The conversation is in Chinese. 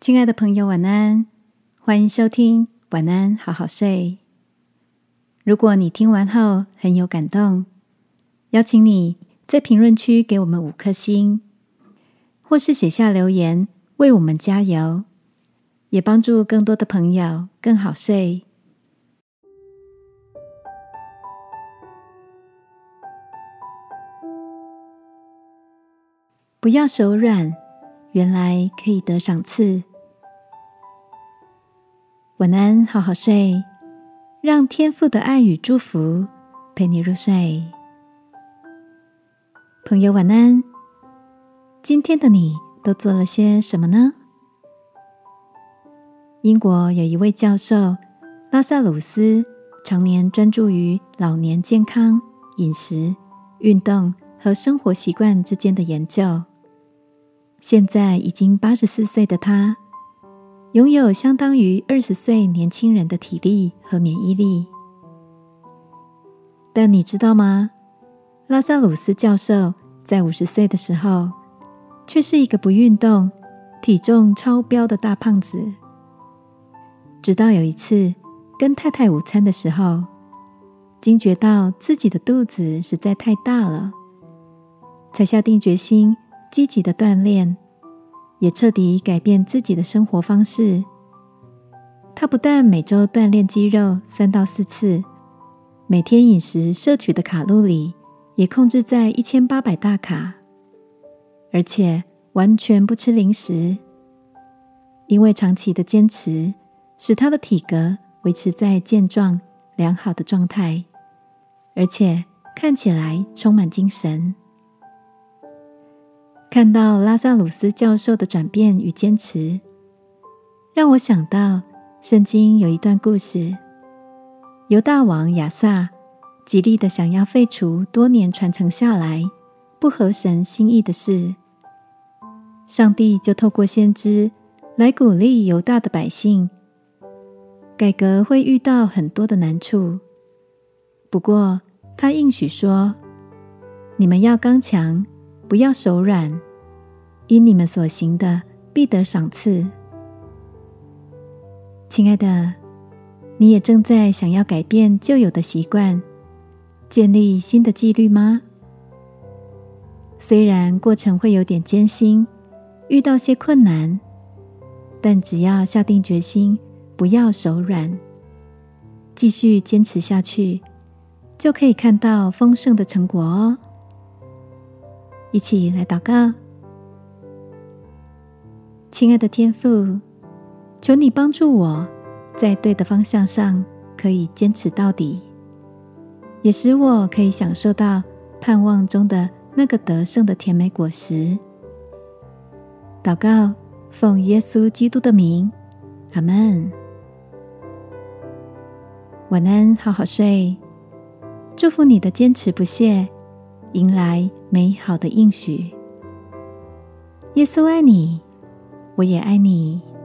亲爱的朋友，晚安，欢迎收听晚安好好睡。如果你听完后很有感动，邀请你在评论区给我们5颗星，或是写下留言为我们加油，也帮助更多的朋友更好睡。不要手软，原来可以得赏赐。晚安好好睡，让天父的爱与祝福陪你入睡。朋友晚安，今天的你都做了些什么呢？英国有一位教授拉萨鲁斯，常年专注于老年健康、饮食、运动和生活习惯之间的研究。现在已经84岁的他，拥有相当于20岁年轻人的体力和免疫力。但你知道吗？拉萨鲁斯教授在50岁的时候，却是一个不运动、体重超标的大胖子。直到有一次跟太太午餐的时候，惊觉到自己的肚子实在太大了，才下定决心积极的锻炼，也彻底改变自己的生活方式。他不但每周锻炼肌肉3到4次，每天饮食摄取的卡路里也控制在1800大卡，而且完全不吃零食。因为长期的坚持，使他的体格维持在健壮良好的状态，而且看起来充满精神。看到拉萨鲁斯教授的转变与坚持，让我想到圣经有一段故事，犹大王亚撒极力的想要废除多年传承下来不合神心意的事，上帝就透过先知来鼓励犹大的百姓，改革会遇到很多的难处，不过他应许说，你们要刚强，不要手软，因你们所行的必得赏赐。亲爱的，你也正在想要改变旧有的习惯，建立新的纪律吗？虽然过程会有点艰辛，遇到些困难，但只要下定决心，不要手软，继续坚持下去，就可以看到丰盛的成果哦。一起来祷告。亲爱的天父，求你帮助我在对的方向上可以坚持到底，也使我可以享受到盼望中的那个得胜的甜美果实。祷告，奉耶稣基督的名，阿们。晚安好好睡，祝福你的坚持不懈，迎来美好的应许。耶稣爱你，我也爱你。